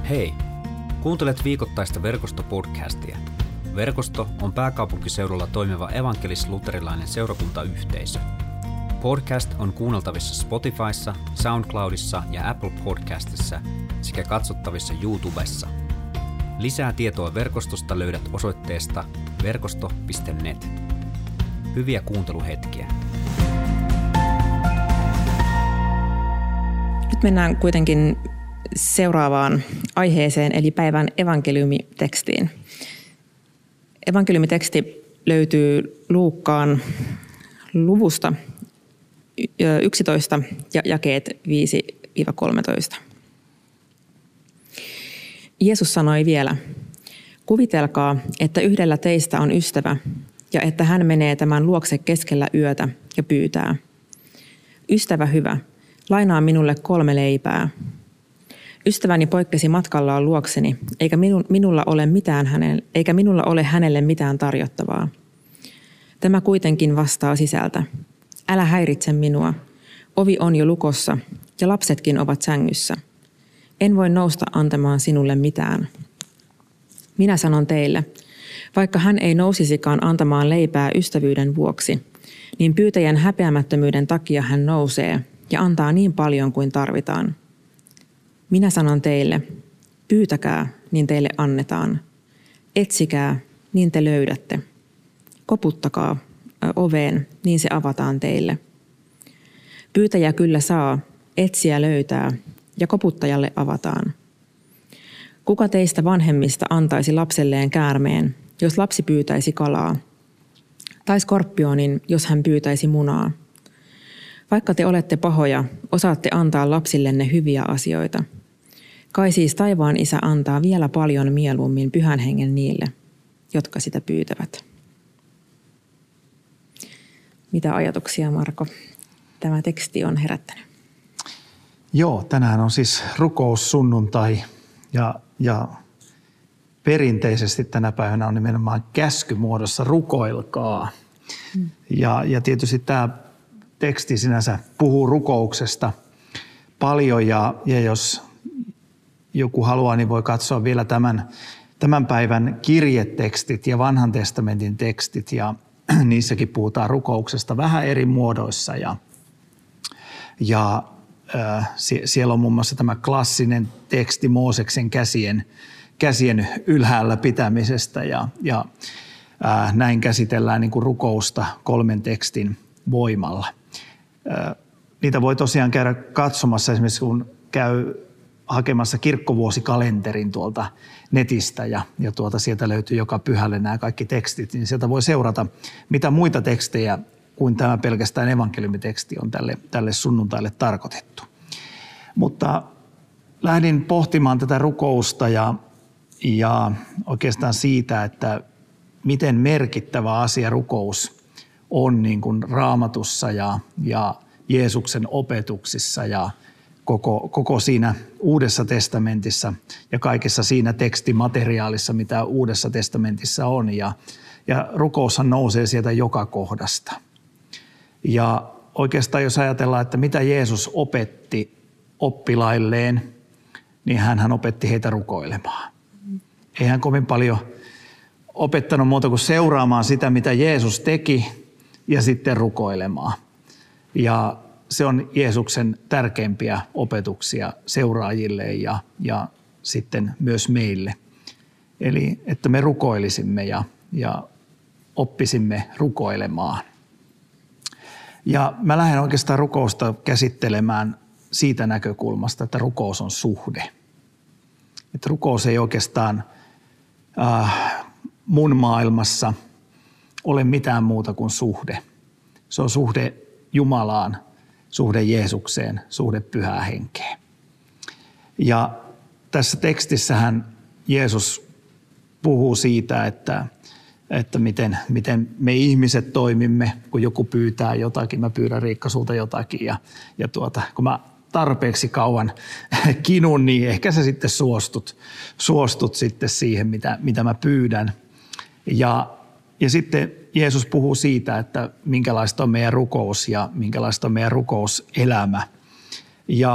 Hei! Kuuntelet viikoittaista Verkosto-podcastia. Verkosto on pääkaupunkiseudulla toimiva evankelis-luterilainen seurakuntayhteisö. Podcast on kuunneltavissa Spotifyssa, SoundCloudissa ja Apple Podcastissa sekä katsottavissa YouTubessa. Lisää tietoa verkostosta löydät osoitteesta verkosto.net. Hyviä kuunteluhetkiä. Nyt mennään kuitenkin seuraavaan aiheeseen, eli päivän evankeliumitekstiin. Evankeliumiteksti löytyy Luukkaan luvusta 11 ja jakeet 5-13. Jeesus sanoi vielä, kuvitelkaa, että yhdellä teistä on ystävä ja että hän menee tämän luokse keskellä yötä ja pyytää. Ystävä hyvä, lainaa minulle 3 leipää. Ystäväni poikkesi matkallaan luokseni, eikä minulla ole hänelle mitään tarjottavaa. Tämä kuitenkin vastaa sisältä. Älä häiritse minua. Ovi on jo lukossa ja lapsetkin ovat sängyssä. En voi nousta antamaan sinulle mitään. Minä sanon teille, vaikka hän ei nousisikaan antamaan leipää ystävyyden vuoksi, niin pyytäjän häpeämättömyyden takia hän nousee ja antaa niin paljon kuin tarvitaan. Minä sanon teille, pyytäkää, niin teille annetaan. Etsikää, niin te löydätte. Koputtakaa oveen, niin se avataan teille. Pyytäjä kyllä saa, etsiä löytää, ja koputtajalle avataan. Kuka teistä vanhemmista antaisi lapselleen käärmeen, jos lapsi pyytäisi kalaa? Tai skorpionin, jos hän pyytäisi munaa? Vaikka te olette pahoja, osaatte antaa lapsillenne hyviä asioita. Kai siis taivaan Isä antaa vielä paljon mieluummin Pyhän Hengen niille, jotka sitä pyytävät. Mitä ajatuksia, Marko, tämä teksti on herättänyt? Joo, tänään on siis rukoussunnuntai ja perinteisesti tänä päivänä on nimenomaan käskymuodossa rukoilkaa. Ja tietysti tämä teksti sinänsä puhuu rukouksesta paljon ja jos joku haluaa, niin voi katsoa vielä tämän päivän kirjetekstit ja vanhan testamentin tekstit ja niissäkin puhutaan rukouksesta vähän eri muodoissa ja siellä on muun muassa tämä klassinen teksti Mooseksen käsien ylhäällä pitämisestä ja näin käsitellään niin kuin rukousta 3 tekstin voimalla. Niitä voi tosiaan käydä katsomassa esimerkiksi kun käy hakemassa kirkkovuosikalenterin tuolta netistä ja sieltä löytyy joka pyhälle nämä kaikki tekstit, niin sieltä voi seurata mitä muita tekstejä kuin tämä pelkästään evankeliumiteksti on tälle sunnuntaille tarkoitettu. Mutta lähdin pohtimaan tätä rukousta ja oikeastaan siitä, että miten merkittävä asia rukous on niin kuin Raamatussa ja Jeesuksen opetuksissa ja koko siinä Uudessa testamentissa ja kaikessa siinä tekstimateriaalissa, mitä Uudessa testamentissa on. Ja rukoushan nousee sieltä joka kohdasta. Ja oikeastaan jos ajatellaan, että mitä Jeesus opetti oppilailleen, niin hän opetti heitä rukoilemaan. Ei hän kovin paljon opettanut muuta kuin seuraamaan sitä, mitä Jeesus teki ja sitten rukoilemaan. Ja se on Jeesuksen tärkeimpiä opetuksia seuraajille ja sitten myös meille. Eli että me rukoilisimme ja oppisimme rukoilemaan. Ja mä lähden oikeastaan rukousta käsittelemään siitä näkökulmasta, että rukous on suhde. Että rukous ei oikeastaan mun maailmassa ole mitään muuta kuin suhde. Se on suhde Jumalaan, suhde Jeesukseen, suhde Pyhään Henkeen. Ja tässä tekstissähän Jeesus puhuu siitä, että miten me ihmiset toimimme, kun joku pyytää jotakin. Mä pyydän Riikka sulta jotakin ja kun mä tarpeeksi kauan kinun, niin ehkä sä sitten suostut sitten siihen, mitä mä pyydän. Ja sitten Jeesus puhuu siitä, että minkälaista on meidän rukous ja minkälaista on meidän rukouselämä. Ja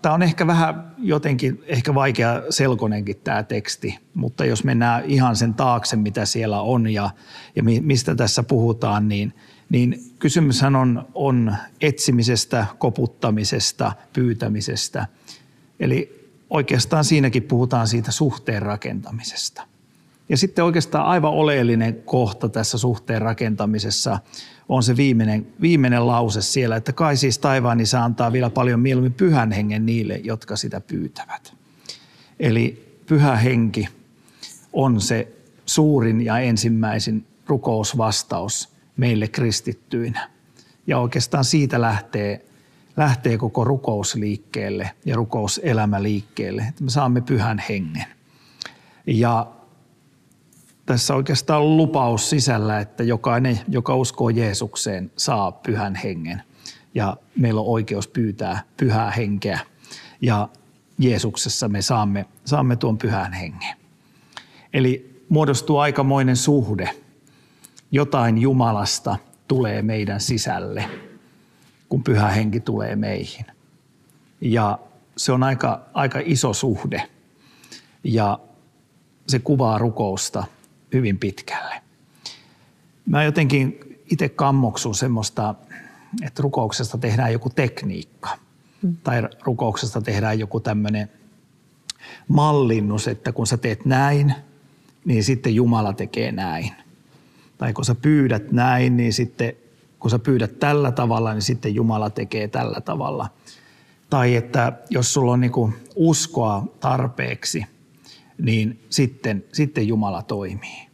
Tämä on ehkä vähän jotenkin vaikea selkonenkin tämä teksti, mutta jos mennään ihan sen taakse, mitä siellä on ja mistä tässä puhutaan, niin kysymyshän on etsimisestä, koputtamisesta, pyytämisestä. Eli oikeastaan siinäkin puhutaan siitä suhteen rakentamisesta. Ja sitten oikeastaan aivan oleellinen kohta tässä suhteen rakentamisessa on se viimeinen lause siellä, että kai siis taivaan Isä antaa vielä paljon mieluummin Pyhän Hengen niille, jotka sitä pyytävät. Eli Pyhä Henki on se suurin ja ensimmäisin rukousvastaus meille kristittyinä. Ja oikeastaan siitä lähtee koko rukous liikkeelle ja rukouselämä liikkeelle, että me saamme Pyhän Hengen. Ja tässä oikeastaan on lupaus sisällä, että jokainen, joka uskoo Jeesukseen, saa Pyhän Hengen. Ja meillä on oikeus pyytää Pyhää Henkeä. Ja Jeesuksessa me saamme tuon Pyhän Hengen. Eli muodostuu aikamoinen suhde. Jotain Jumalasta tulee meidän sisälle, kun Pyhä Henki tulee meihin. Ja se on aika iso suhde. Ja se kuvaa rukousta hyvin pitkälle. Mä jotenkin itse kammoksun semmoista, että rukouksesta tehdään joku tekniikka. Tai rukouksesta tehdään joku tämmöinen mallinnus, että kun sä teet näin, niin sitten Jumala tekee näin. Tai kun sä pyydät näin, niin sitten kun sä pyydät tällä tavalla, niin sitten Jumala tekee tällä tavalla. Tai että jos sulla on niinku uskoa tarpeeksi, niin sitten Jumala toimii.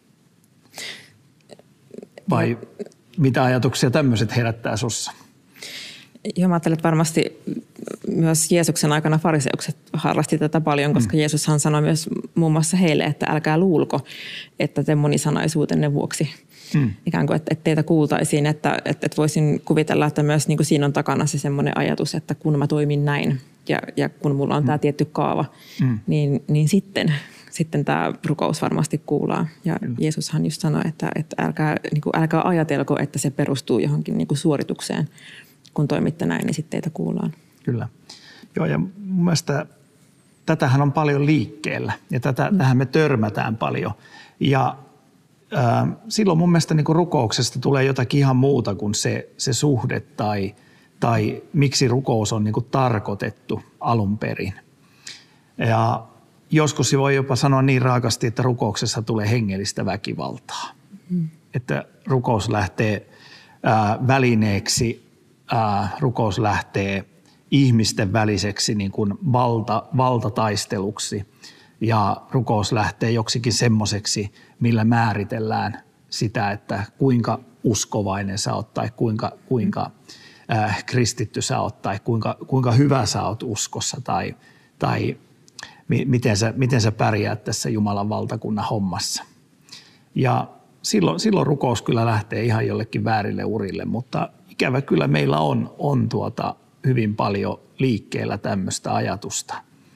Vai mitä ajatuksia tämmöiset herättää sussa? Joo, mä ajattelen, että varmasti myös Jeesuksen aikana fariseukset harrasti tätä paljon, koska Jeesushan sanoi myös muun muassa heille, että älkää luulko, että te monisanaisuutenne vuoksi ikään kuin, että teitä kuultaisiin, että voisin kuvitella, että myös niin kuin siinä on takana se semmoinen ajatus, että kun mä toimin näin ja kun mulla on tämä tietty kaava, niin sitten tämä rukous varmasti kuulaa. Ja Jeesushan just sanoi, että älkää ajatelko, että se perustuu johonkin niin kuin suoritukseen. Kun toimitte näin, niin sitten teitä kuullaan. Kyllä. Joo, ja mun mielestä tätähän on paljon liikkeellä ja tähän me törmätään paljon. Ja silloin mun mielestä niin kuin rukouksesta tulee jotakin ihan muuta kuin se suhde tai miksi rukous on niin kuin tarkoitettu alun perin. Ja joskus voi jopa sanoa niin raakasti, että rukouksessa tulee hengellistä väkivaltaa. Että rukous lähtee välineeksi, rukous lähtee ihmisten väliseksi niin kuin valtataisteluksi ja rukous lähtee joksikin semmoiseksi, millä määritellään sitä, että kuinka uskovainen sä oot tai kuinka kristitty sä oot tai kuinka hyvä sä oot uskossa tai miten sä pärjäät tässä Jumalan valtakunnan hommassa. Ja silloin rukous kyllä lähtee ihan jollekin väärille urille, mutta ikävä kyllä meillä on hyvin paljon liikkeellä tämmöistä ajatusta,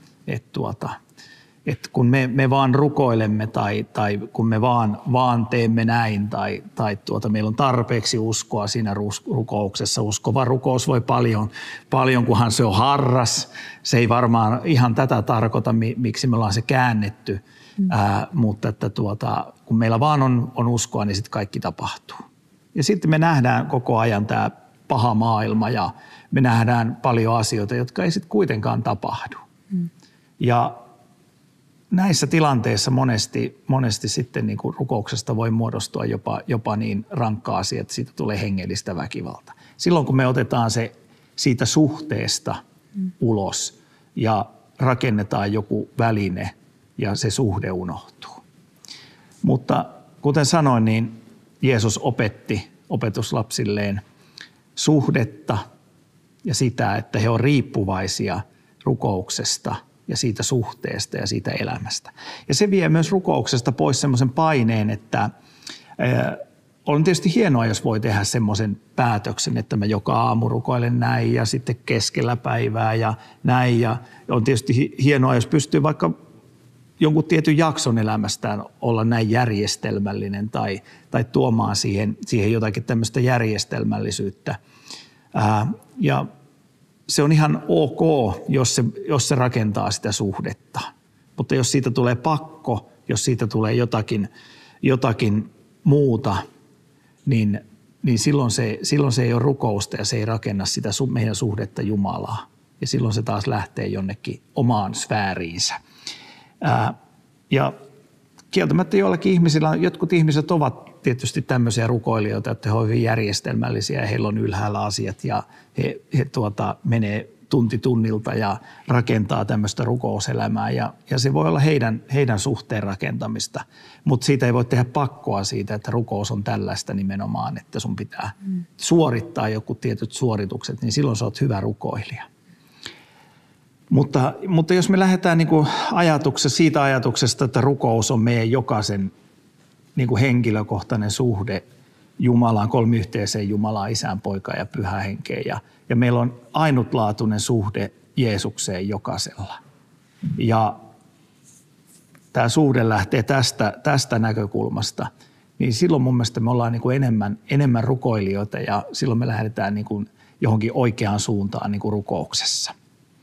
että kun me vaan rukoilemme tai kun me vaan teemme näin tai meillä on tarpeeksi uskoa siinä rukouksessa. Uskova rukous voi paljon, kunhan se on harras. Se ei varmaan ihan tätä tarkoita, miksi me ollaan se käännetty, mutta että kun meillä vaan on uskoa, niin sitten kaikki tapahtuu. Ja sitten me nähdään koko ajan tämä paha maailma ja me nähdään paljon asioita, jotka ei sitten kuitenkaan tapahdu. Ja näissä tilanteissa monesti sitten niin kuin rukouksesta voi muodostua jopa niin rankka asia, että siitä tulee hengellistä väkivaltaa. Silloin kun me otetaan se siitä suhteesta ulos ja rakennetaan joku väline ja se suhde unohtuu. Mutta kuten sanoin, niin Jeesus opetti opetuslapsilleen suhdetta ja sitä, että he on riippuvaisia rukouksesta ja siitä suhteesta ja siitä elämästä. Ja se vie myös rukouksesta pois semmoisen paineen, että on tietysti hienoa, jos voi tehdä semmoisen päätöksen, että mä joka aamu rukoilen näin ja sitten keskellä päivää ja näin. Ja on tietysti hienoa, jos pystyy vaikka jonkun tietyn jakson elämästään olla näin järjestelmällinen tai tuomaan siihen jotakin tämmöistä järjestelmällisyyttä. Ja se on ihan ok, jos se rakentaa sitä suhdetta. Mutta jos siitä tulee pakko, jos siitä tulee jotakin muuta, niin silloin se ei ole rukousta ja se ei rakenna sitä meidän suhdetta Jumalaa. Ja silloin se taas lähtee jonnekin omaan sfääriinsä. Ja kieltämättä jotkut ihmiset ovat tietysti tämmöisiä rukoilijoita, että he ovat hyvin järjestelmällisiä ja heillä on ylhäällä asiat ja he menee tunti tunnilta ja rakentaa tämmöistä rukouselämää ja se voi olla heidän suhteen rakentamista, mutta siitä ei voi tehdä pakkoa siitä, että rukous on tällaista nimenomaan, että sun pitää suorittaa joku tietyt suoritukset, niin silloin sä oot hyvä rukoilija. Mutta jos me lähdetään niin kuin siitä ajatuksesta, että rukous on meidän jokaisen niin kuin henkilökohtainen suhde Jumalaan, kolmiyhteiseen Jumalaan, Isään, Poikaan ja Pyhään Henkeen. Ja meillä on ainutlaatuinen suhde Jeesukseen jokaisella. Ja tämä suhde lähtee tästä näkökulmasta. Niin silloin mun mielestä me ollaan niin kuin enemmän rukoilijoita ja silloin me lähdetään niin kuin johonkin oikeaan suuntaan niin kuin rukouksessa.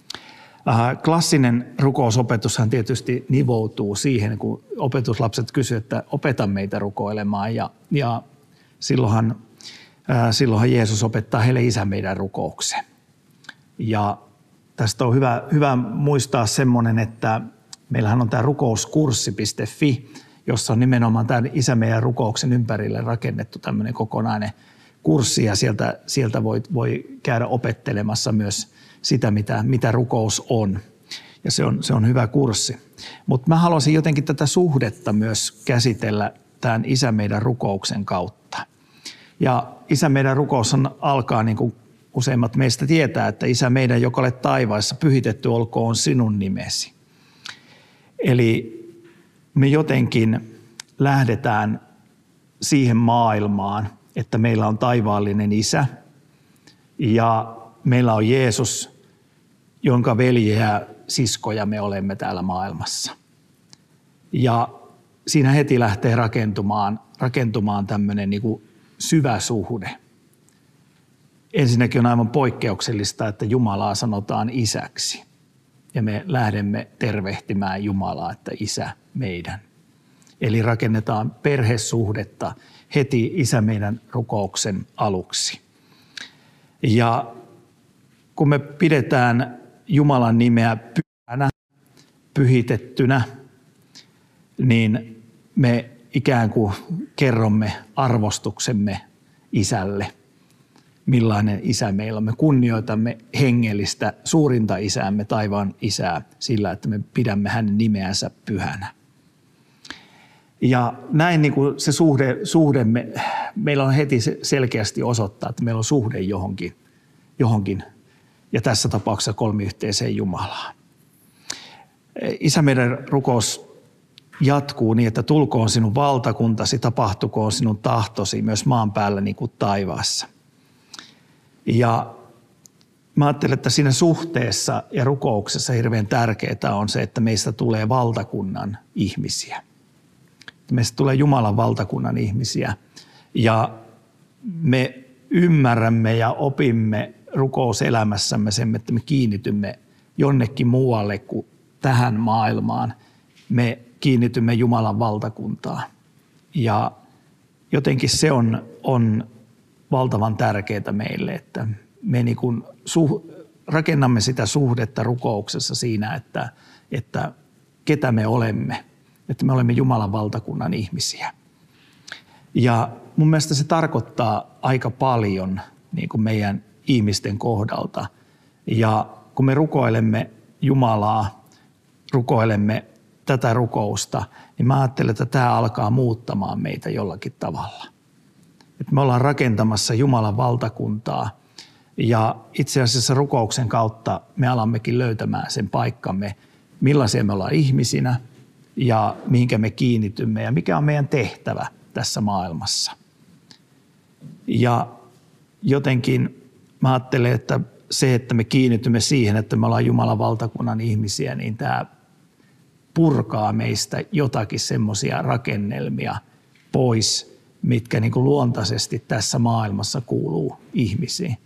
Klassinen rukousopetushan tietysti nivoutuu siihen, kun opetuslapset kysyvät, että opeta meitä rukoilemaan ja silloinhan Jeesus opettaa heille Isä meidän rukouksen. Ja tästä on hyvä muistaa semmoinen, että meillähän on tämä rukouskurssi.fi, jossa on nimenomaan tämän Isä meidän rukouksen ympärille rakennettu tämmöinen kokonainen kurssi ja sieltä voi käydä opettelemassa myös sitä, mitä rukous on. Ja se on hyvä kurssi. Mutta mä haluaisin jotenkin tätä suhdetta myös käsitellä tämän Isä meidän rukouksen kautta. Ja Isä meidän rukous alkaa, niin kuin useimmat meistä tietää, että Isä meidän, joka olet taivaissa, pyhitetty olkoon sinun nimesi. Eli me jotenkin lähdetään siihen maailmaan, että meillä on taivaallinen Isä ja meillä on Jeesus, jonka veljeä ja siskoja me olemme täällä maailmassa. Ja siinä heti lähtee rakentumaan tämmöinen niin kuin syvä suhde. Ensinnäkin on aivan poikkeuksellista, että Jumalaa sanotaan isäksi. Ja me lähdemme tervehtimään Jumalaa, että Isä meidän. Eli rakennetaan perhesuhdetta heti Isä meidän rukouksen aluksi. Ja kun me pidetään Jumalan nimeä pyhänä, pyhitettynä, niin me ikään kuin kerromme arvostuksemme Isälle. Millainen Isä meillä on. Me kunnioitamme hengellistä suurinta Isäämme, taivaan Isää, sillä, että me pidämme hänen nimeänsä pyhänä. Ja näin niin kuin se suhde meillä on heti selkeästi osoittaa, että meillä on suhde johonkin ja tässä tapauksessa kolmiyhteiseen Jumalaan. Isä meidän rukous jatkuu niin, että tulkoon sinun valtakuntasi, tapahtukoon sinun tahtosi myös maan päällä niin kuin taivaassa. Ja mä ajattelen, että siinä suhteessa ja rukouksessa hirveän tärkeää on se, että meistä tulee valtakunnan ihmisiä. Meistä tulee Jumalan valtakunnan ihmisiä ja me ymmärrämme ja opimme rukouselämässämme sen, että me kiinnitymme jonnekin muualle kuin tähän maailmaan. Me kiinnitymme Jumalan valtakuntaan ja jotenkin se on valtavan tärkeää meille, että me niin kuin rakennamme sitä suhdetta rukouksessa siinä, että ketä me olemme, että me olemme Jumalan valtakunnan ihmisiä. Ja mun mielestä se tarkoittaa aika paljon niin kuin meidän ihmisten kohdalta. Ja kun me rukoilemme Jumalaa, rukoilemme tätä rukousta, niin mä ajattelen, että tämä alkaa muuttamaan meitä jollakin tavalla. Että me ollaan rakentamassa Jumalan valtakuntaa ja itse asiassa rukouksen kautta me alammekin löytämään sen paikkamme, millaisia me ollaan ihmisinä ja mihinkä me kiinnitymme ja mikä on meidän tehtävä tässä maailmassa. Ja jotenkin mä ajattelen, että se, että me kiinnitymme siihen, että me ollaan Jumalan valtakunnan ihmisiä, niin tämä purkaa meistä jotakin semmoisia rakennelmia pois, mitkä niin kuin luontaisesti tässä maailmassa kuuluu ihmisiin.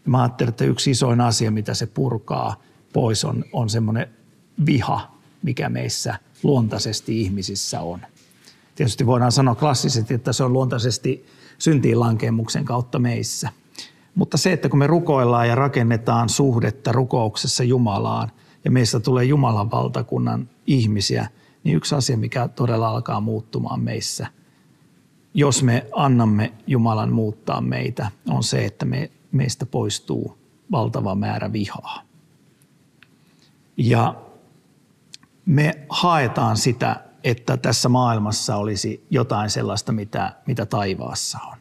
Mä ajattelen, että yksi isoin asia, mitä se purkaa pois, on semmoinen viha, mikä meissä luontaisesti ihmisissä on. Tietysti voidaan sanoa klassisesti, että se on luontaisesti syntiin lankeemuksen kautta meissä. Mutta se, että kun me rukoillaan ja rakennetaan suhdetta rukouksessa Jumalaan ja meistä tulee Jumalan valtakunnan ihmisiä, niin yksi asia, mikä todella alkaa muuttumaan meissä, jos me annamme Jumalan muuttaa meitä, on se, että meistä poistuu valtava määrä vihaa. Ja me haetaan sitä, että tässä maailmassa olisi jotain sellaista, mitä taivaassa on.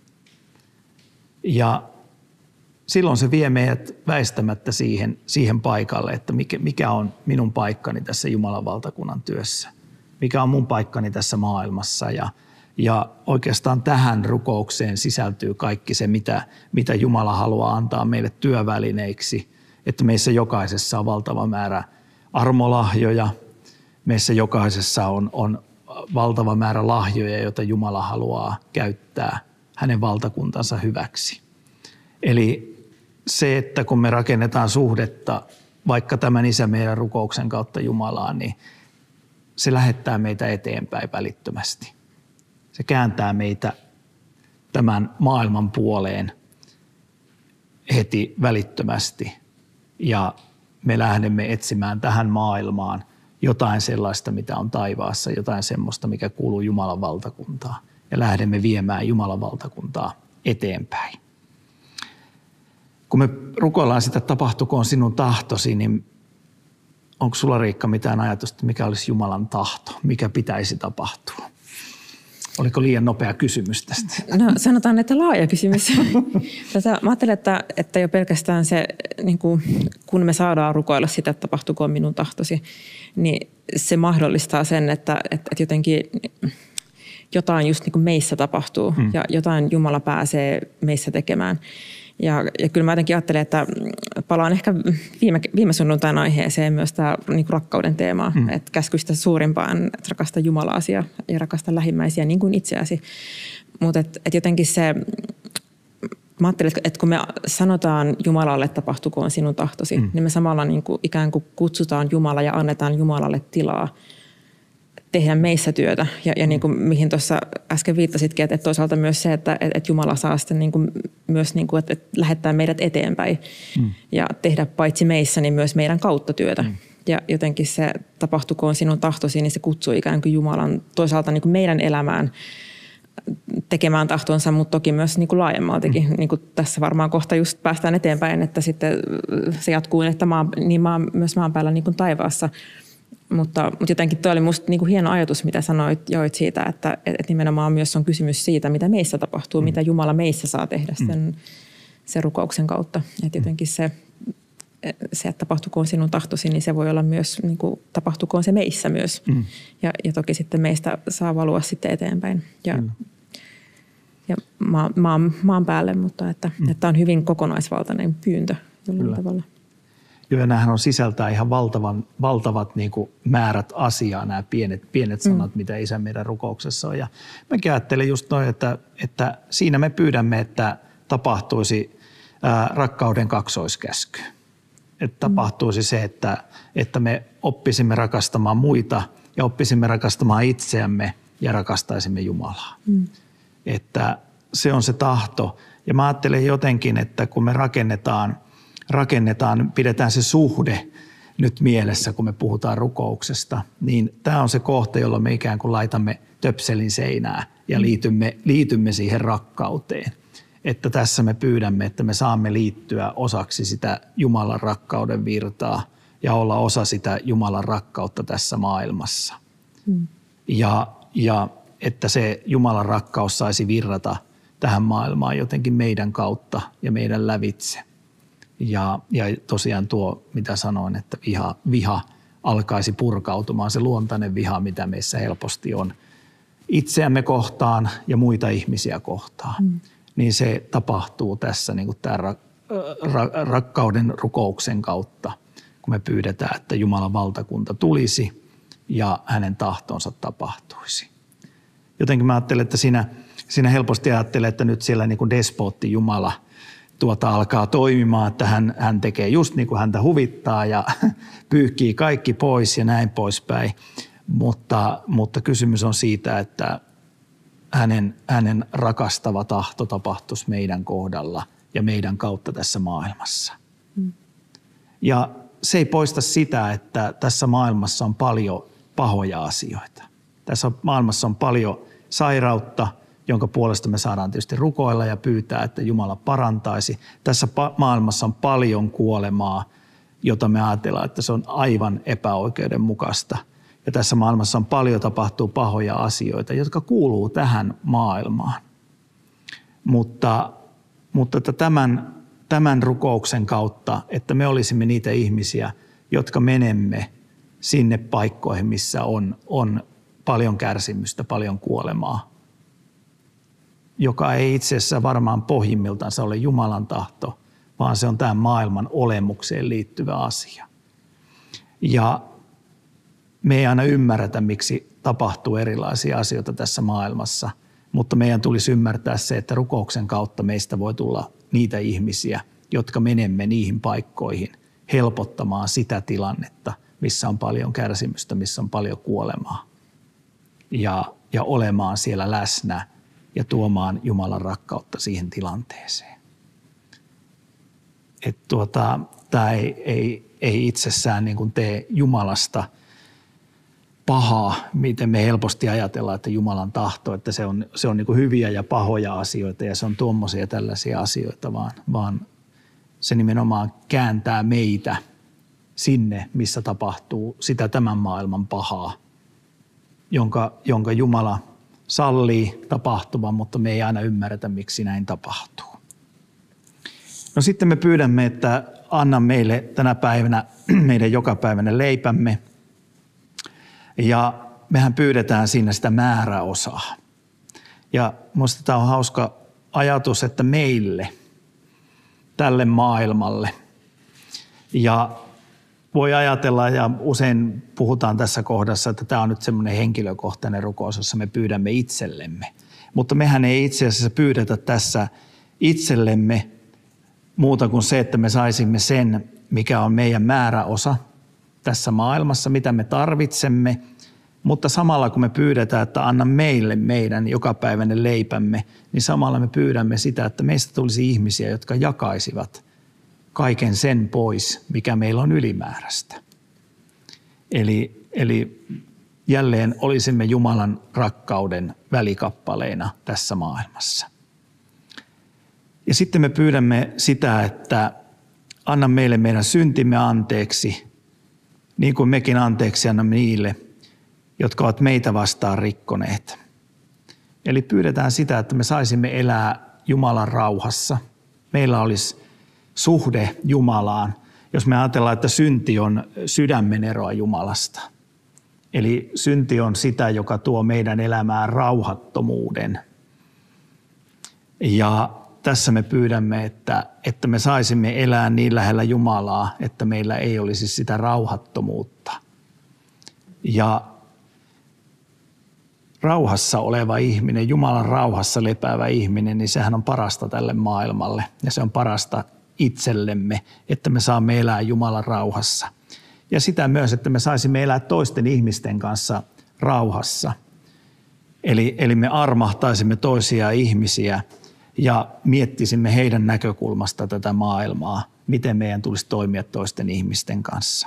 Ja silloin se vie meidät väistämättä siihen paikalle, että mikä on minun paikkani tässä Jumalan valtakunnan työssä. Mikä on mun paikkani tässä maailmassa. Ja oikeastaan tähän rukoukseen sisältyy kaikki se, mitä Jumala haluaa antaa meille työvälineiksi. Että meissä jokaisessa on valtava määrä armolahjoja. Meissä jokaisessa on valtava määrä lahjoja, joita Jumala haluaa käyttää hänen valtakuntansa hyväksi. Eli se, että kun me rakennetaan suhdetta vaikka tämän Isä meidän rukouksen kautta Jumalaan, niin se lähettää meitä eteenpäin välittömästi. Se kääntää meitä tämän maailman puoleen heti välittömästi ja me lähdemme etsimään tähän maailmaan jotain sellaista, mitä on taivaassa, jotain semmoista, mikä kuuluu Jumalan valtakuntaan ja lähdemme viemään Jumalan valtakuntaa eteenpäin. Kun me rukoillaan sitä, tapahtukoon sinun tahtosi, niin onko sulla, Riikka, mitään ajatusta, mikä olisi Jumalan tahto? Mikä pitäisi tapahtua? Oliko liian nopea kysymys tästä? No sanotaan, että laaja kysymys. Mä ajattelen, että jo pelkästään se, niin kun me saadaan rukoilla sitä, että tapahtukoon minun tahtosi, niin se mahdollistaa sen, että jotenkin jotain just niin kuin meissä tapahtuu ja jotain Jumala pääsee meissä tekemään. Ja kyllä mä jotenkin ajattelen, että palaan ehkä viime sunnuntain aiheeseen myös tämä niin kuin rakkauden teemaa, että käskystä suurimpaan, että rakasta Jumalaa ja rakasta lähimmäisiä niin kuin itseäsi. Mutta et jotenkin se, mä ajattelen, että kun me sanotaan Jumalalle, että tapahtukoon sinun tahtosi, niin me samalla niin kuin ikään kuin kutsutaan Jumala ja annetaan Jumalalle tilaa tehdä meissä työtä. Ja niin kuin mihin tuossa äsken viittasitkin, että toisaalta myös se, että Jumala saa sitten niin kuin myös niin kuin, että lähettää meidät eteenpäin ja tehdä paitsi meissä, niin myös meidän kautta työtä. Ja jotenkin se tapahtukoon sinun tahtosi, niin se kutsuu ikään kuin Jumalan toisaalta niin kuin meidän elämään tekemään tahtonsa, mutta toki myös niin kuin laajemmaltikin. Niin kuin tässä varmaan kohta just päästään eteenpäin, että sitten se jatkuu, että myös maan päällä niin kuin taivaassa. Mutta jotenkin tuo oli musta niinku hieno ajatus, mitä joit siitä, että nimenomaan myös on kysymys siitä, mitä meissä tapahtuu, mitä Jumala meissä saa tehdä sen rukouksen kautta. Että jotenkin se, että tapahtukoon sinun tahtosi, niin se voi olla myös, niinku, tapahtukoon se meissä myös. Ja toki sitten meistä saa valua sitten eteenpäin ja maan päälle, mutta että on hyvin kokonaisvaltainen pyyntö jollain tavalla. Joo, ja näähän on sisältää ihan valtavat niin kuin määrät asiaa, nämä pienet sanat, mitä Isä meidän rukouksessa on. Ja mäkin ajattelen just noin, että siinä me pyydämme, että tapahtuisi rakkauden kaksoiskäsky. Että tapahtuisi se, että me oppisimme rakastamaan muita ja oppisimme rakastamaan itseämme ja rakastaisimme Jumalaa. Että se on se tahto. Ja mä ajattelen jotenkin, että kun me rakennetaan, pidetään se suhde nyt mielessä, kun me puhutaan rukouksesta, niin tämä on se kohta, jolloin me ikään kuin laitamme töpselin seinää ja liitymme siihen rakkauteen. Että tässä me pyydämme, että me saamme liittyä osaksi sitä Jumalan rakkauden virtaa ja olla osa sitä Jumalan rakkautta tässä maailmassa. Ja että se Jumalan rakkaus saisi virrata tähän maailmaan jotenkin meidän kautta ja meidän lävitse. Ja tosiaan tuo, mitä sanoin, että viha alkaisi purkautumaan, se luontainen viha, mitä meissä helposti on itseämme kohtaan ja muita ihmisiä kohtaan. Niin se tapahtuu tässä niin kuin tämän rakkauden rukouksen kautta, kun me pyydetään, että Jumalan valtakunta tulisi ja hänen tahtonsa tapahtuisi. Jotenkin mä ajattelen, että siinä helposti ajattelee, että nyt siellä niin kuin despootti Jumala alkaa toimimaan, että hän tekee just niin kuin häntä huvittaa ja pyyhkii kaikki pois ja näin poispäin. Mutta kysymys on siitä, että hänen rakastava tahto tapahtuisi meidän kohdalla ja meidän kautta tässä maailmassa. Ja se ei poista sitä, että tässä maailmassa on paljon pahoja asioita. Tässä maailmassa on paljon sairautta, jonka puolesta me saadaan tietysti rukoilla ja pyytää, että Jumala parantaisi. Tässä maailmassa on paljon kuolemaa, jota me ajatellaan, että se on aivan epäoikeudenmukaista. Ja tässä maailmassa on paljon tapahtuu pahoja asioita, jotka kuuluu tähän maailmaan. Mutta että tämän rukouksen kautta, että me olisimme niitä ihmisiä, jotka menemme sinne paikkoihin, missä on paljon kärsimystä, paljon kuolemaa, joka ei itse asiassa varmaan pohjimmiltaan ole Jumalan tahto, vaan se on tämän maailman olemukseen liittyvä asia. Ja me ei aina ymmärretä, miksi tapahtuu erilaisia asioita tässä maailmassa, mutta meidän tulisi ymmärtää se, että rukouksen kautta meistä voi tulla niitä ihmisiä, jotka menemme niihin paikkoihin helpottamaan sitä tilannetta, missä on paljon kärsimystä, missä on paljon kuolemaa. Ja olemaan siellä läsnä ja tuomaan Jumalan rakkautta siihen tilanteeseen. Tämä ei itsessään niin kuin tee Jumalasta pahaa, miten me helposti ajatellaan, että Jumalan tahto, että se on niin kuin hyviä ja pahoja asioita ja se on tuommoisia tällaisia asioita, vaan se nimenomaan kääntää meitä sinne, missä tapahtuu sitä tämän maailman pahaa, jonka Jumala sallii tapahtuvan, mutta me ei aina ymmärretä, miksi näin tapahtuu. No sitten me pyydämme, että anna meille tänä päivänä meidän jokapäiväinen leipämme. Ja mehän pyydetään siinä sitä määräosaa. Ja minusta tämä on hauska ajatus, että meille, tälle maailmalle. Ja voi ajatella, ja usein puhutaan tässä kohdassa, että tämä on nyt semmoinen henkilökohtainen rukous, jossa me pyydämme itsellemme. Mutta mehän ei itse asiassa pyydetä tässä itsellemme muuta kuin se, että me saisimme sen, mikä on meidän määräosa tässä maailmassa, mitä me tarvitsemme. Mutta samalla kun me pyydetään, että anna meille meidän jokapäiväinen leipämme, niin samalla me pyydämme sitä, että meistä tulisi ihmisiä, jotka jakaisivat kaiken sen pois, mikä meillä on ylimääräistä. Eli jälleen olisimme Jumalan rakkauden välikappaleina tässä maailmassa. Ja sitten me pyydämme sitä, että anna meille meidän syntimme anteeksi, niin kuin mekin anteeksi annamme niille, jotka ovat meitä vastaan rikkoneet. Eli pyydetään sitä, että me saisimme elää Jumalan rauhassa. Meillä olisi suhde Jumalaan, jos me ajatellaan, että synti on sydämen eroa Jumalasta. Eli synti on sitä, joka tuo meidän elämään rauhattomuuden. Ja tässä me pyydämme, että me saisimme elää niin lähellä Jumalaa, että meillä ei olisi sitä rauhattomuutta. Ja rauhassa oleva ihminen, Jumalan rauhassa lepäävä ihminen, niin sehän on parasta tälle maailmalle. Ja se on parasta itsellemme, että me saamme elää Jumalan rauhassa. Ja sitä myös, että me saisimme elää toisten ihmisten kanssa rauhassa. Eli me armahtaisimme toisia ihmisiä ja miettisimme heidän näkökulmasta tätä maailmaa, miten meidän tulisi toimia toisten ihmisten kanssa.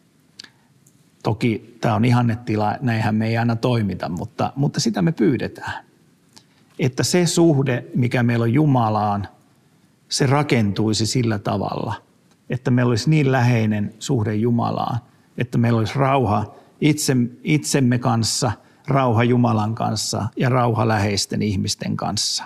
Toki tämä on ihannetila, näinhän me ei aina toimita, mutta sitä me pyydetään. Että se suhde, mikä meillä on Jumalaan, se rakentuisi sillä tavalla, että meillä olisi niin läheinen suhde Jumalaan, että meillä olisi rauha itsemme kanssa, rauha Jumalan kanssa ja rauha läheisten ihmisten kanssa.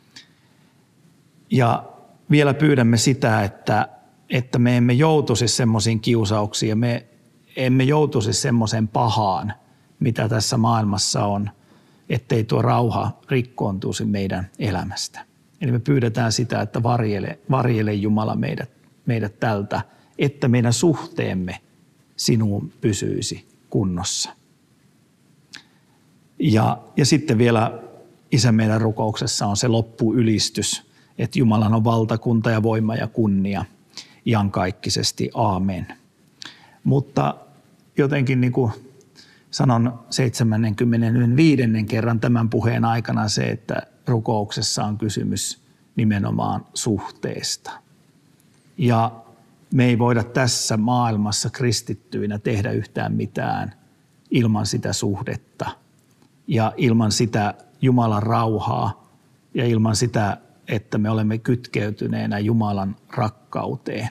Ja vielä pyydämme sitä, että me emme joutuisi semmoisiin kiusauksiin ja me emme joutuisi semmoiseen pahaan, mitä tässä maailmassa on, ettei tuo rauha rikkoontuisi meidän elämästä. Eli me pyydetään sitä, että varjele Jumala meidät tältä, että meidän suhteemme sinuun pysyisi kunnossa. Ja sitten vielä Isä meidän rukouksessa on se loppuylistys, että Jumalan on valtakunta ja voima ja kunnia iankaikkisesti. Aamen. Mutta jotenkin niin kuin sanon 75. kerran tämän puheen aikana se, että rukouksessa on kysymys nimenomaan suhteesta. Ja me ei voida tässä maailmassa kristittyinä tehdä yhtään mitään ilman sitä suhdetta ja ilman sitä Jumalan rauhaa ja ilman sitä, että me olemme kytkeytyneenä Jumalan rakkauteen.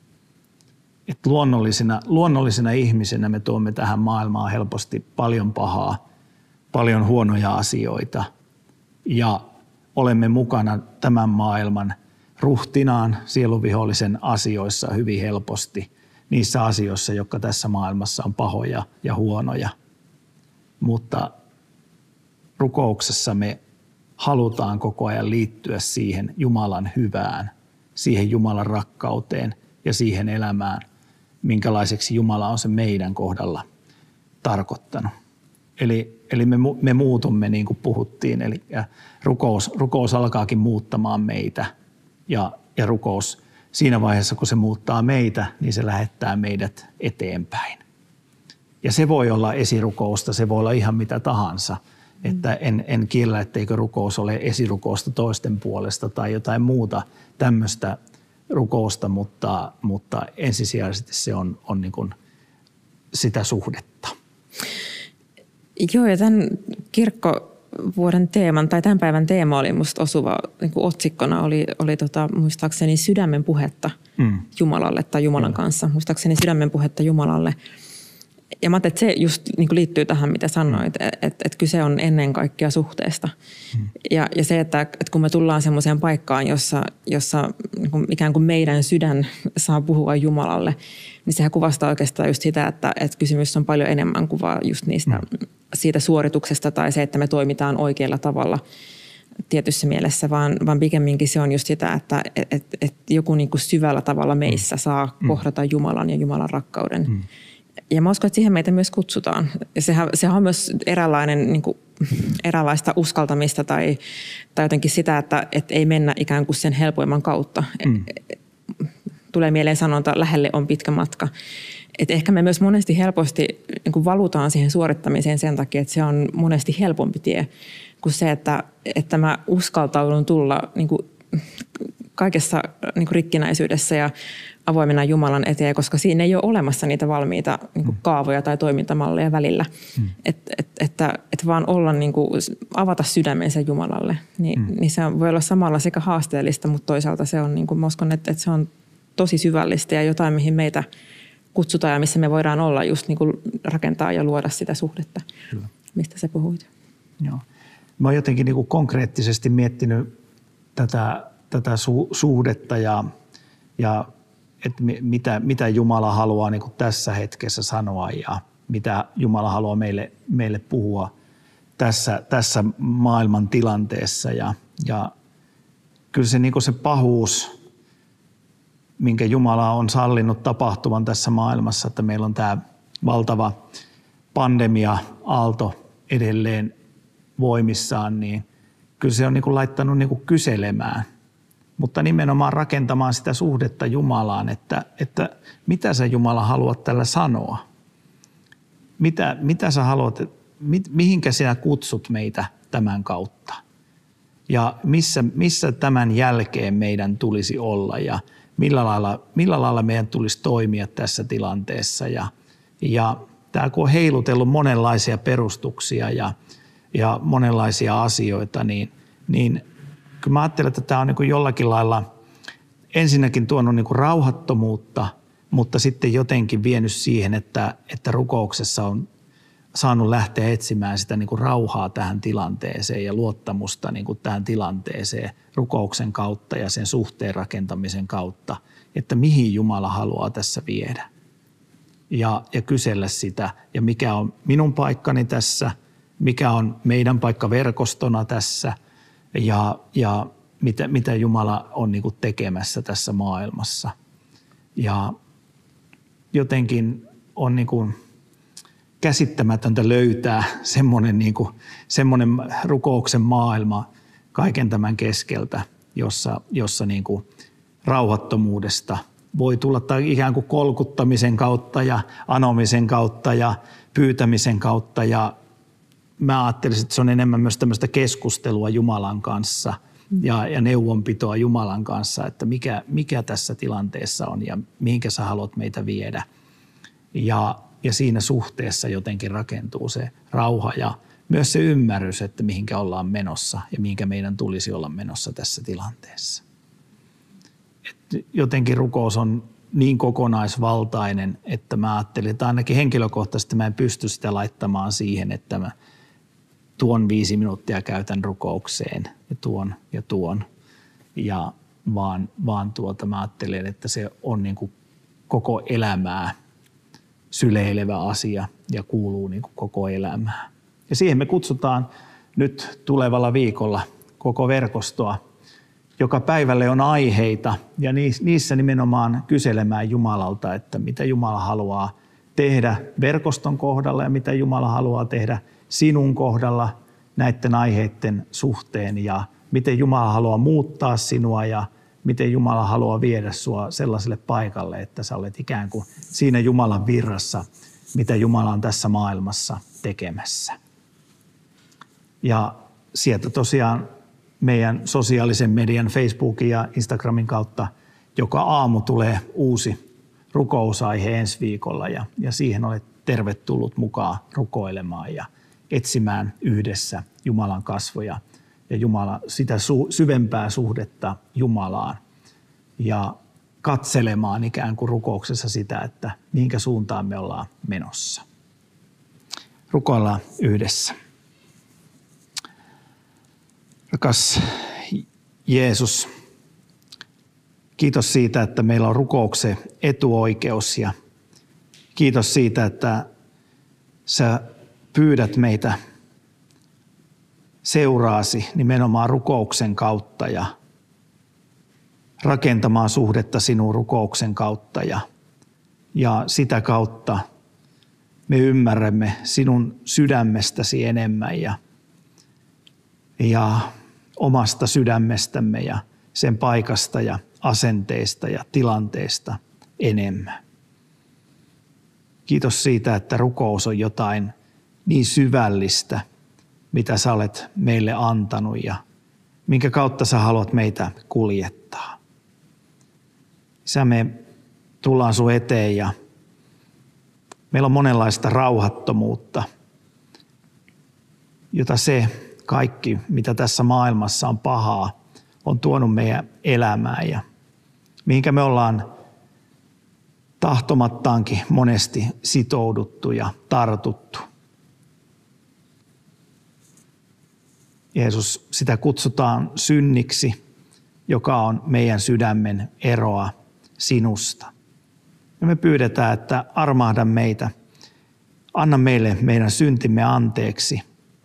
Et luonnollisena ihmisenä me tuomme tähän maailmaan helposti paljon pahaa, paljon huonoja asioita ja olemme mukana tämän maailman ruhtinaan sieluvihollisen asioissa hyvin helposti, niissä asioissa, jotka tässä maailmassa on pahoja ja huonoja. Mutta rukouksessa me halutaan koko ajan liittyä siihen Jumalan hyvään, siihen Jumalan rakkauteen ja siihen elämään, minkälaiseksi Jumala on se meidän kohdalla tarkoittanut. Eli me muutumme niin kuin puhuttiin, eli rukous alkaakin muuttamaan meitä ja rukous siinä vaiheessa, kun se muuttaa meitä, niin se lähettää meidät eteenpäin. Ja se voi olla esirukousta, se voi olla ihan mitä tahansa. Että en kiellä, etteikö rukous ole esirukousta toisten puolesta tai jotain muuta tämmöistä rukousta, mutta ensisijaisesti se on niin kuin sitä suhdetta. Joo, ja tämän kirkkovuoden teeman tai tämän päivän teema oli musta osuva niin kuin otsikkona oli muistaakseni sydämen puhetta Jumalalle tai Jumalan kanssa. Muistaakseni sydämen puhetta Jumalalle. Ja mä ajattelin, että se just niin kuin liittyy tähän, mitä sanoit, että kyse on ennen kaikkea suhteesta. Ja se, että kun me tullaan semmoiseen paikkaan, jossa niin kuin ikään kuin meidän sydän saa puhua Jumalalle, niin sehän kuvastaa oikeastaan just sitä, että kysymys on paljon enemmän kuin vaan just siitä suorituksesta tai se, että me toimitaan oikealla tavalla tietyssä mielessä, vaan pikemminkin se on just sitä, että joku niin kuin syvällä tavalla meissä saa kohdata Jumalan ja Jumalan rakkauden. Ja mä uskon, että siihen meitä myös kutsutaan. Ja sehän on myös eräänlaista uskaltamista tai jotenkin sitä, että ei mennä ikään kuin sen helpoimman kautta. Tulee mieleen sanonta, lähelle on pitkä matka. Et ehkä me myös monesti helposti niin kuin valutaan siihen suorittamiseen sen takia, että se on monesti helpompi tie kuin se, että mä uskaltaudun tulla niin kuin kaikessa niin kuin rikkinäisyydessä ja avoimena Jumalan eteen, koska siinä ei ole olemassa niitä valmiita niin kuin kaavoja tai toimintamalleja välillä. Että vaan olla, niin kuin, avata sydämensä Jumalalle, niin se voi olla samalla sekä haasteellista, mutta toisaalta se on, niin kuin, mä uskon, että se on tosi syvällistä ja jotain, mihin meitä kutsutaan ja missä me voidaan olla just niin kuin rakentaa ja luoda sitä suhdetta, mistä sä puhuit. Joo. Mä oon jotenkin niin kuin konkreettisesti miettinyt tätä suhdetta ja että mitä Jumala haluaa niin kuin tässä hetkessä sanoa ja mitä Jumala haluaa meille puhua tässä maailman tilanteessa. Ja kyllä se, niin kuin se pahuus, minkä Jumala on sallinut tapahtuvan tässä maailmassa, että meillä on tämä valtava pandemia-aalto edelleen voimissaan, niin kyllä se on niin kuin laittanut niin kuin kyselemään, mutta nimenomaan rakentamaan sitä suhdetta Jumalaan, että mitä sä Jumala haluat tällä sanoa? Mitä sä haluat, mihinkä sinä kutsut meitä tämän kautta? Ja missä tämän jälkeen meidän tulisi olla ja millä lailla meidän tulisi toimia tässä tilanteessa? Ja tämä kun on heilutellut monenlaisia perustuksia ja monenlaisia asioita, niin kyllä mä ajattelen, että tämä on niin kuin jollakin lailla ensinnäkin tuonut niin kuin rauhattomuutta, mutta sitten jotenkin vienyt siihen, että rukouksessa on saanut lähteä etsimään sitä niin kuin rauhaa tähän tilanteeseen ja luottamusta niin kuin tähän tilanteeseen rukouksen kautta ja sen suhteen rakentamisen kautta, että mihin Jumala haluaa tässä viedä. Ja kysellä sitä, ja mikä on minun paikkani tässä, mikä on meidän paikka verkostona tässä ja mitä Jumala on niin kuin tekemässä tässä maailmassa. Ja jotenkin on niin kuin käsittämätöntä löytää semmoinen rukouksen maailma kaiken tämän keskeltä. jossa niin kuin rauhattomuudesta voi tulla tai ikään kuin kolkuttamisen kautta ja anomisen kautta ja pyytämisen kautta. Ja mä ajattelisin, että se on enemmän myös tämmöistä keskustelua Jumalan kanssa ja neuvonpitoa Jumalan kanssa, että mikä tässä tilanteessa on ja mihinkä sä haluat meitä viedä. Ja siinä suhteessa jotenkin rakentuu se rauha ja myös se ymmärrys, että mihinkä ollaan menossa ja mihinkä meidän tulisi olla menossa tässä tilanteessa. Et jotenkin rukous on niin kokonaisvaltainen, että mä ajattelin, että ainakin henkilökohtaisesti mä en pysty sitä laittamaan siihen, että mä tuon 5 minuuttia käytän rukoukseen ja tuon. Ja vaan mä ajattelen, että se on niin kuin koko elämää syleilevä asia ja kuuluu niin kuin koko elämään. Ja siihen me kutsutaan nyt tulevalla viikolla koko verkostoa. Joka päivälle on aiheita ja niissä nimenomaan kyselemään Jumalalta, että mitä Jumala haluaa tehdä verkoston kohdalla ja mitä Jumala haluaa tehdä sinun kohdalla näiden aiheiden suhteen ja miten Jumala haluaa muuttaa sinua ja miten Jumala haluaa viedä sua sellaiselle paikalle, että sä olet ikään kuin siinä Jumalan virrassa, mitä Jumala on tässä maailmassa tekemässä. Ja sieltä tosiaan meidän sosiaalisen median Facebookin ja Instagramin kautta joka aamu tulee uusi rukousaihe ensi viikolla ja siihen olet tervetullut mukaan rukoilemaan ja etsimään yhdessä Jumalan kasvoja ja sitä syvempää suhdetta Jumalaan ja katselemaan ikään kuin rukouksessa sitä, että mihinkä suuntaan me ollaan menossa. Rukoillaan yhdessä. Rakas Jeesus, kiitos siitä, että meillä on rukouksen etuoikeus ja kiitos siitä, että sä pyydät meitä seuraasi nimenomaan rukouksen kautta ja rakentamaan suhdetta sinun rukouksen kautta ja sitä kautta me ymmärrämme sinun sydämestäsi enemmän ja omasta sydämestämme ja sen paikasta ja asenteista ja tilanteesta enemmän. Kiitos siitä, että rukous on jotain niin syvällistä, mitä sä olet meille antanut ja minkä kautta sä haluat meitä kuljettaa. Isä, me tullaan sun eteen ja meillä on monenlaista rauhattomuutta, jota se kaikki, mitä tässä maailmassa on pahaa, on tuonut meidän elämään ja mihinkä me ollaan tahtomattaankin monesti sitouduttu ja tartuttu. Jeesus, sitä kutsutaan synniksi, joka on meidän sydämen eroa sinusta. Ja me pyydetään, että armahda meitä, anna meille meidän syntimme anteeksi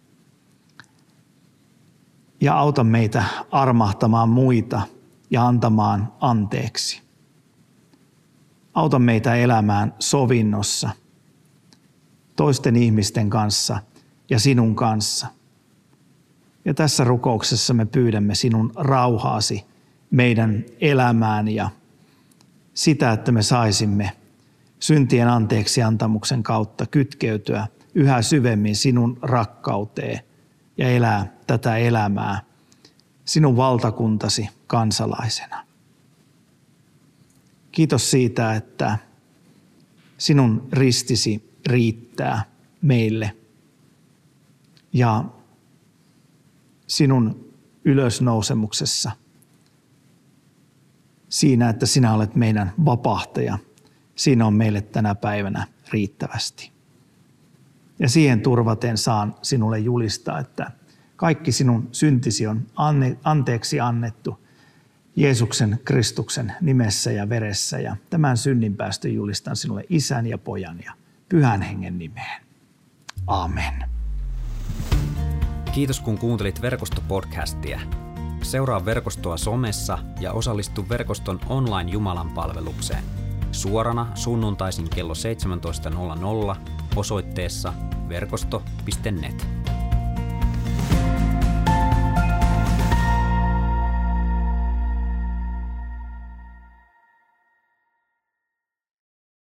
ja auta meitä armahtamaan muita ja antamaan anteeksi. Auta meitä elämään sovinnossa toisten ihmisten kanssa ja sinun kanssa. Ja tässä rukouksessa me pyydämme sinun rauhaasi meidän elämään ja sitä, että me saisimme syntien anteeksi antamuksen kautta kytkeytyä yhä syvemmin sinun rakkauteen ja elää tätä elämää sinun valtakuntasi kansalaisena. Kiitos siitä, että sinun ristisi riittää meille ja sinun ylösnousemuksessa siinä, että sinä olet meidän vapahtaja. Siinä on meille tänä päivänä riittävästi. Ja siihen turvaten saan sinulle julistaa, että kaikki sinun syntisi on anteeksi annettu Jeesuksen Kristuksen nimessä ja veressä. Ja tämän synninpäästön julistan sinulle Isän ja Pojan ja Pyhän Hengen nimeen. Amen. Kiitos kun kuuntelit Verkosto-podcastia. Seuraa Verkostoa somessa ja osallistu Verkoston online Jumalan palvelukseen. Suorana sunnuntaisin kello 17.00 osoitteessa verkosto.net.